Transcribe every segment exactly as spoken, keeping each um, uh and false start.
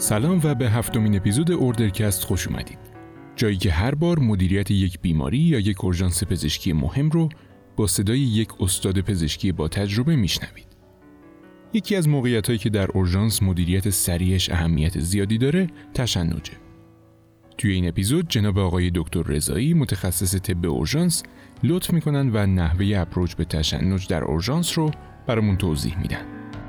سلام و به هفتمین اپیزود اوردرکست خوش اومدید. جایی که هر بار مدیریت یک بیماری یا یک اورژانس پزشکی مهم رو با صدای یک استاد پزشکی با تجربه میشنوید. یکی از موقعیتایی که در اورژانس مدیریت سریعش اهمیت زیادی داره، تشنجه. توی این اپیزود جناب آقای دکتر رضایی متخصص طب اورژانس لطف میکنن و نحوه اپروچ به تشنج در اورژانس رو برامون توضیح میدن.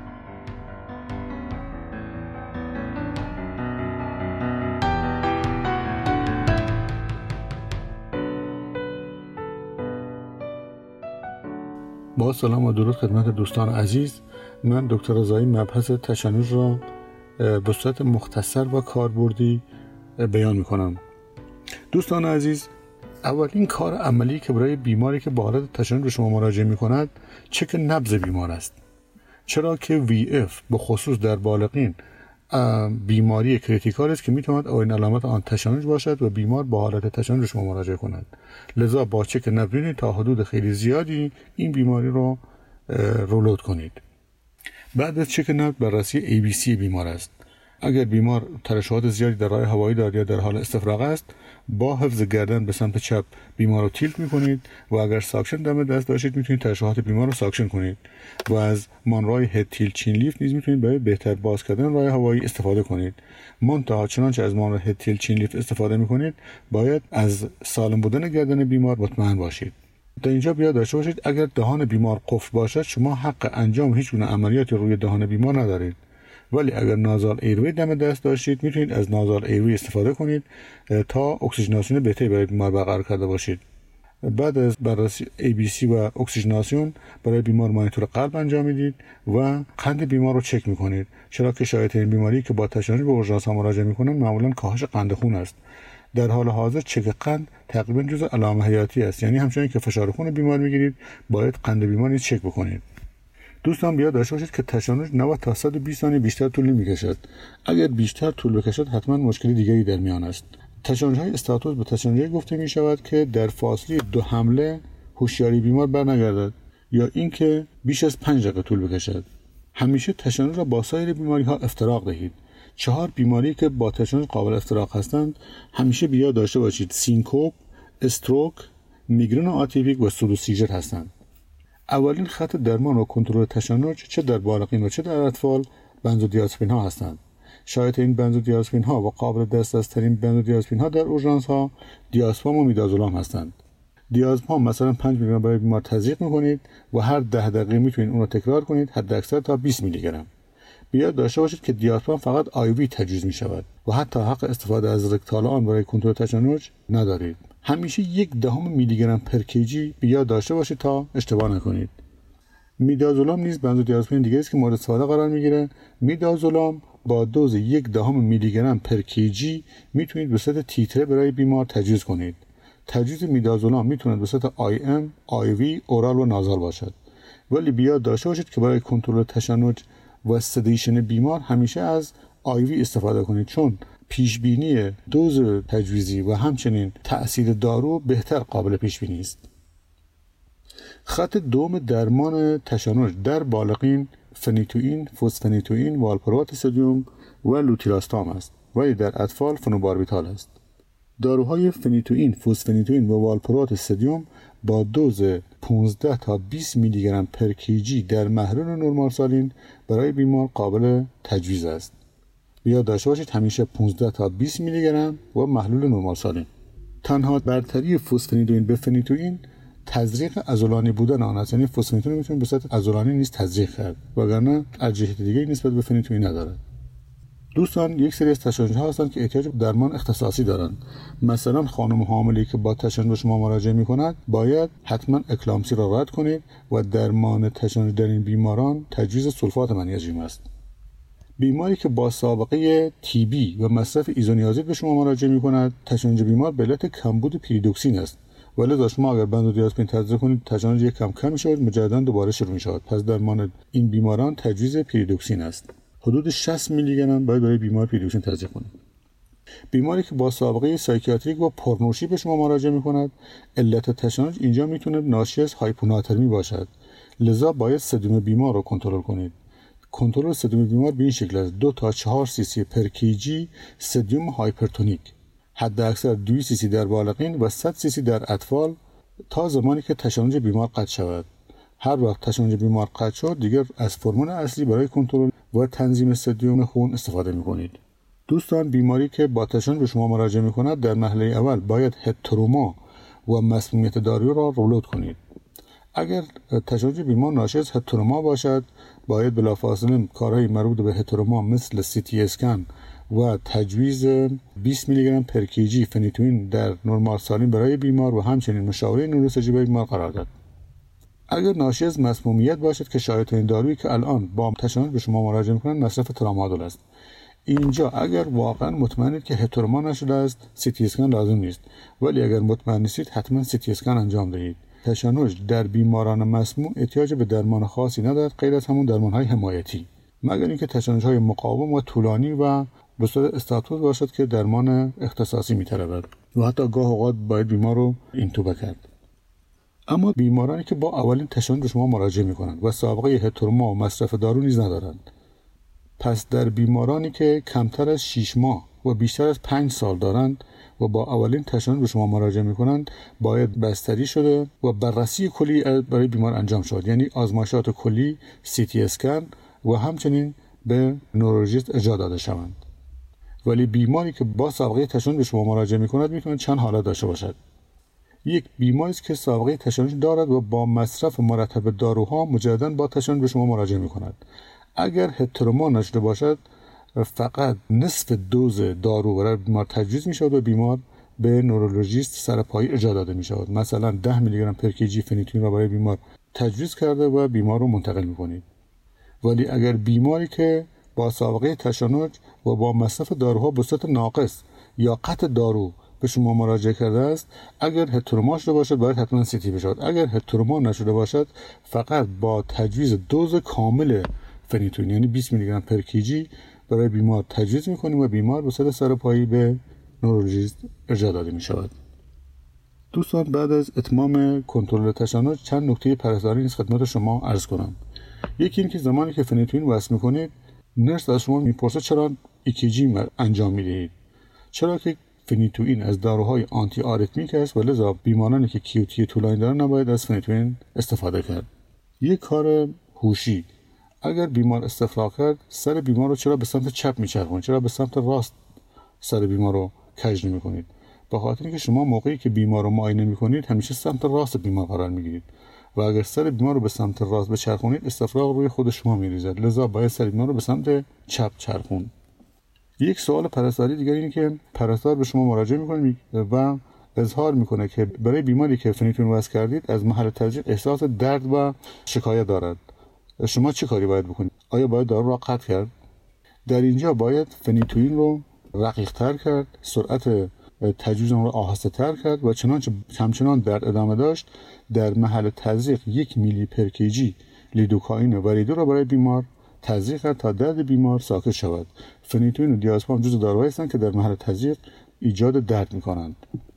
با سلام و درود خدمت دوستان عزیز. من دکتر رضایی مبحث تشنج را به صورت مختصر و کاربردی بیان میکنم. دوستان عزیز، اولین کار عملی که برای بیماری که با حالت تشنج به شما مراجعه میکند چک نبض بیمار است، چرا که وی اف به خصوص در بالغین بیماری کریتیکال است که میتواند اولین علامت آن تشنج باشد و بیمار با حالت تشنج به شما مراجعه کند. لذا با چک نبض تا حدود خیلی زیادی این بیماری رو رولود کنید. بعد از چک نبض بررسی ای بی سی بیمار است. اگر بیمار ترشحات زیادی در راه هوایی دارد یا در حال استفراغ است، با حفظ گردن به سمت چپ بیمار رو تیلت میکنید و اگر ساکشن دم دست داشتید میتونید ترشحات بیمار رو ساکشن کنید و از مانورای هد تیلت چین لیفت نیز میتونید برای بهتر باز کردن راه هوایی استفاده کنید. منتها چنانچه از مانورای هد تیلت چین لیفت استفاده میکنید باید از سالم بودن گردن بیمار مطمئن باشید. در اینجا بیاد داشته باشید اگر دهان بیمار قفل باشد شما حق انجام هیچ گونه عملیاتی روی دهان بیمار ندارید، ولی اگر نازال ایروی دم دست داشتید میتونید از نازال ایروی استفاده کنید تا اکسیژناسیون بهتری برای بیمار برقرار کرده باشید. بعد از بررسی ای بی سی و اکسیژناسیون برای بیمار مانیتور قلب انجام میدید و قند بیمار رو چک میکنید، چرا که شایع‌ترین بیماری که با تشنج به اورژانس ها مراجعه میکنن معمولا کاهش قند خون است. در حال حاضر چک قند تقریبا جزء علائم حیاتی است، یعنی همچنین که فشار خون بیمار میگیرید باید قند بیمار نیز چک بکنید. دوستان بیاد داشته باشید که تشنج نود تا صد و بیست ثانیه بیشتر طول نمی‌کشد. اگر بیشتر طول بکشد حتما مشکل دیگری در میان است. تشنج‌های استاتوس به تشنج‌های گفته می شود که در فاصله دو حمله هوشیاری بیمار برنگردد یا اینکه بیش از پنج دقیقه طول بکشد. همیشه تشنج را با سایر بیماری‌ها افتراق دهید. چهار بیماری که با تشنج قابل افتراق هستند همیشه بیاد داشته باشید: سینکوپ، استروک، میگرن آتیپیک و سودو سیژر هستند. اولین خط درمان و کنترل تشنج چه در بالغین و چه در اطفال بنزودیازپین ها هستند. شاید این بنزودیازپین ها و قابل دسترس‌ترین بنزودیازپین ها در اورژانس ها دیازپام و میدازولام هستند. دیازپام مثلا پنج میلی گرم برای بیمار تزریق میکنید و هر ده دقیقه میتونید اون رو تکرار کنید، حد اکثر تا بیست میلی گرم. بیاد داشته باشید که دیازپام فقط آی وی تجویز می شود و حتی حق استفاده از رکتال آن برای کنترل تشنج ندارید. همیشه یک دهم میلی گرم پر کیجی بیاد داشته باشید تا اشتباه نکنید. میدازولام نیز بنزودیازپین دیگه است که مورد استفاده قرار میگیره. میدازولام با دوز یک دهم میلی گرم پر کیجی میتونید به صورت تیتره برای بیمار تجویز کنید. تجویز میدازولام میتونه به صورت آی ام، آی وی، اورال و نازال باشد. ولی بیاد داشته باشید که برای کنترل تشنج و سدیشن بیمار همیشه از آی وی استفاده کنید، چون پیشبینی دوز تجویزی و همچنین تأثیر دارو بهتر قابل پیشبینی است. خط دوم درمان تشنج در بالغین فنیتوئین، فوسفنیتوئین، والپروات سدیم و لوتیراستام است، ولی در اطفال فنوباربیتال است. داروهای فنیتوئین، فوسفنیتوئین و والپروات سدیم با دوز پانزده تا بیست میلی گرم پر کیجی در محلول نرمال سالین برای بیمار قابل تجویز است. بیاد داشته باشید همیشه پانزده تا بیست میلی گرم و محلول نرمال سالین. تنها برتری فوسفنیتوئین به فنیتوئین تزریق عضلانی بودن آن است، یعنی فوسفنیتوئین میتونه به صورت عضلانی نیز تزریق کرد، وگرنه ارجحیت دیگری نسبت به فنیتوئین ندارد. دوستان، یک سری از تشنج ها هستند که احتیاج به درمان اختصاصی دارند. مثلا خانم حاملی که با تشنج به شما مراجعه می‌کند باید حتما اکلامسی را رد کنید و درمان تشنج در این بیماران تجویز سولفات منیزیم است. بیماری که با سابقه تی بی و مصرف ایزونیازید به شما مراجعه می‌کند تشنج بیمار به علت کمبود پیریدوکسین است. ولی شما اگر بنزودیازپین تزریق کنید تشنج یک کم کم می‌شود، مجددا دوباره شروع می‌شود. پس درمان این بیماران تجویز پیریدوکسین است. حدود شصت میلی گرم باید برای بیمار پیریدوکسین تزریق کنید. بیماری که با سابقه سایکیاتریک و پرنوشی به شما مراجعه می‌کند علت تشنج اینجا میتونه ناشی از هایپوناترمی باشد، لذا باید سدیم بیمار رو کنترل کنید. کنترل سدیم بیمار به این شکل است: دو تا چهار سی سی پر کیجی سدیم هایپرتونیک، حد اکثر دو سی سی در بالغین و صد سی سی در اطفال تا زمانی که تشنج بیمار قطع شود. هر وقت تشنج بیمار قطع شد دیگر از فرمول اصلی برای کنترل و تنظیم سدیم خون استفاده می‌کنید. دوستان، بیماری که با تشنج به شما مراجعه می‌کند در مرحله اول باید هتروما و مسمومیت دارویی را رولود کنید. اگر تشنج بیمار ناشی از هتروما باشد باید بلافاصله کارهای مربوط به هتروما مثل سی تی اسکن و تجویز بیست میلی گرم پر کیجی فنیتوئین در نرمال سالین برای بیمار و همچنین مشاوره نوروسرجی برای بیمار قرار داد. اگر ناشی از مسمومیت باشد که شایع‌ترین دارویی که الان با تشنج به شما مراجعه می‌کنند مصرف ترامادول است. اینجا اگر واقعا مطمئنید که هتروما نشده است سی تی اسکن لازم نیست، ولی اگر مطمئن نیستید حتما سی تی اسکن انجام دهید. تشنج در بیماران مسموم احتیاج به درمان خاصی ندارد غیر از همون درمان‌های حمایتی، مگر اینکه تشنج‌های مقاوم و طولانی و به صورت استاتوس باشد که درمان اختصاصی می‌طلبد و حتی گاه اوقات باید بیمار رو اینتوبه کرد. اما بیمارانی که با اولین تشنج به شما مراجعه می‌کنند و سابقه هتروما و مصرف دارو نیز ندارند، پس در بیمارانی که کمتر از شش ماه و بیشتر از پنج سال دارند و با اولین تشنج به شما مراجعه می‌کنند باید بستری شده و بررسی کلی برای بیمار انجام شد، یعنی آزمایشات کلی، سی تی اسکن و همچنین به نورولوژیست ارجاع داده شوند. ولی بیماری که با سابقه تشنج به شما مراجعه می‌کند می‌تواند چند حالت داشته باشد. یک بیماری است که سابقه تشنج دارد و با مصرف مرتب داروها مجدداً با تشنج به شما مراجعه می‌کند. اگر هتروما نشده باشد فقط نصف دوز دارو برای بیمار تجویز می‌شود و بیمار به نورولوژیست سرپایی ارجاع داده می‌شود. مثلا ده میلی گرم پر کیجی فنیتوئین را برای بیمار تجویز کرده و بیمار رو منتقل می‌کنید. ولی اگر بیماری که با سابقه تشنج و با مصرف داروها به صورت ناقص یا قطع دارو به شما مراجعه کرده است، اگر هتروما شده باشد باید حتما سی تی بشود. اگر هتروما نشده باشد فقط با تجویز دوز کامل فنیتوئین یعنی بیست میلی گرم پر کیجی برای بیمار تجویز می‌کنیم و بیمار به صورت سرپایی به نورولوژیست ارجاع داده می‌شود. دوستان، بعد از اتمام کنترل تشنج چند نکته پرهیزکاری نیز خدمت شما عرض کنم. یکی این که زمانی که فنیتوئین وصل می‌کنید نرس از شما میپرسه چرا ایکیجی انجام میدهید. چرا که فنیتوئین از داروهای آنتی آریتمیک است و لذا بیمارانی که کیوتی طولانی دارن نباید از فنیتوئین استفاده کرد. یک کار هوشی: اگر بیمار استفراغ کرد سر بیمار رو چرا به سمت چپ میچرخونید؟ چرا به سمت راست سر بیمار رو کج نمی‌کنید؟ به خاطر اینکه شما موقعی که بیمار رو معاینه می‌کنید همیشه سمت راست بیمار قرار می‌گیرید و اگر سر بیمار رو به سمت راست بچرخونید استفراغ روی خود شما میریزد، لذا باید سر بیمار رو به سمت چپ چرخون. یک سوال پرستاری دیگر اینه که پرستار به شما مراجعه میکنه و اظهار میکنه که برای بیماری که فنیتوئین وصل کردید از محل تزریق احساس درد و شکایت دارد. شما چه کاری باید بکنید؟ آیا باید دارو را قطع کرد؟ در اینجا باید فنیتوئین رو رقیق تر کرد، سرعت تجویز اون رو آهسته تر کرد و چنانچه همچنان درد ادامه داشت در محل تزریق یک میلی پر کیجی لیدوکائین وریدو را برای بیمار تزریق کرد تا درد بیمار ساکت شود. فنیتوئین و دیازپام جزو داروهایی هستند که در محل تزریق ایجاد درد می‌کنند.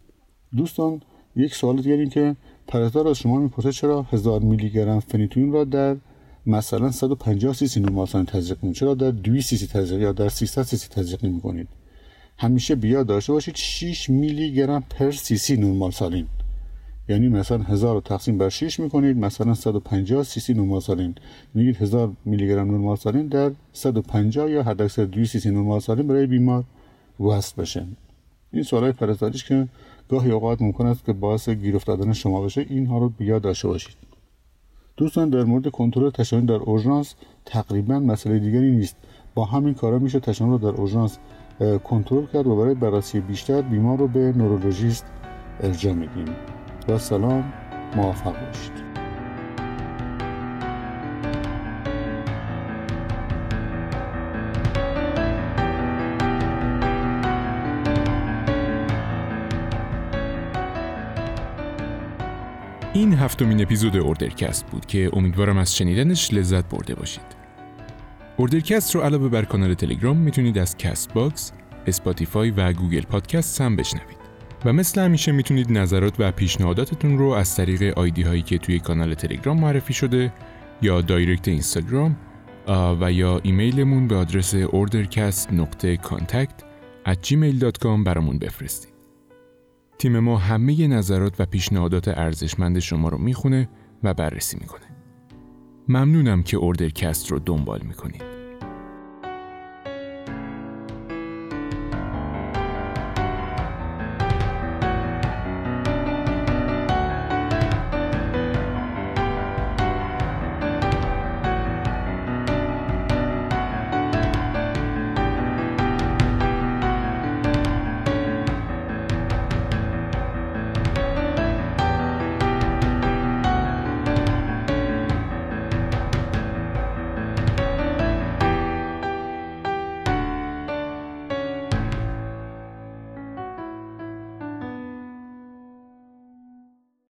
دوستان، یک سوال دیگه این که پرستار از شما میپرسه چرا هزار میلی گرم فنیتوئین را در مثلا صد و پنجاه سی سی نورمال سالین تزریق می‌کنید؟ چرا در دویست سی سی تزریق یا در سیصد سی سی تزریق نمی‌کنید؟ همیشه بیاد داشته باشید شش میلی گرم پر سی سی نورمال سالین، یعنی مثلا هزار رو تقسیم بر شش میکنید، مثلا صد و پنجاه سی سی نورمال سالین، میگید هزار میلی گرم نورمال سالین در صد و پنجاه یا حداکثر دویست سی سی نورمال سالین برای بیمار وصل بشه. این سوالای پرستاریش که گاهی اوقات ممکن است که باعث گیر افتادن شما بشه، اینها رو بیاد داشته باشید. دوستان، در مورد کنترل تشنج در اورژانس تقریبا مسئله دیگری نیست. با همین کارا میشه تشنج رو در اورژانس کنترل کرد و برای بررسی بیشتر بیمار رو به نورولوژیست ارجاع میدیم. با سلام، موفق باشید. این هفتمین اپیزود اوردرکست بود که امیدوارم از شنیدنش لذت برده باشید. اوردرکست رو علاوه بر کانال تلگرام میتونید از کست باکس، اسپاتیفای و گوگل پادکست هم بشنوید. و مثل همیشه میتونید نظرات و پیشنهاداتتون رو از طریق آیدی هایی که توی کانال تلگرام معرفی شده یا دایرکت اینستاگرام و یا ایمیلمون به آدرس ordercast دات contact at gmail dot com برامون بفرستید. تیم ما همه نظرات و پیشنهادات ارزشمند شما رو میخونه و بررسی میکنه. ممنونم که اوردرکست رو دنبال میکنید.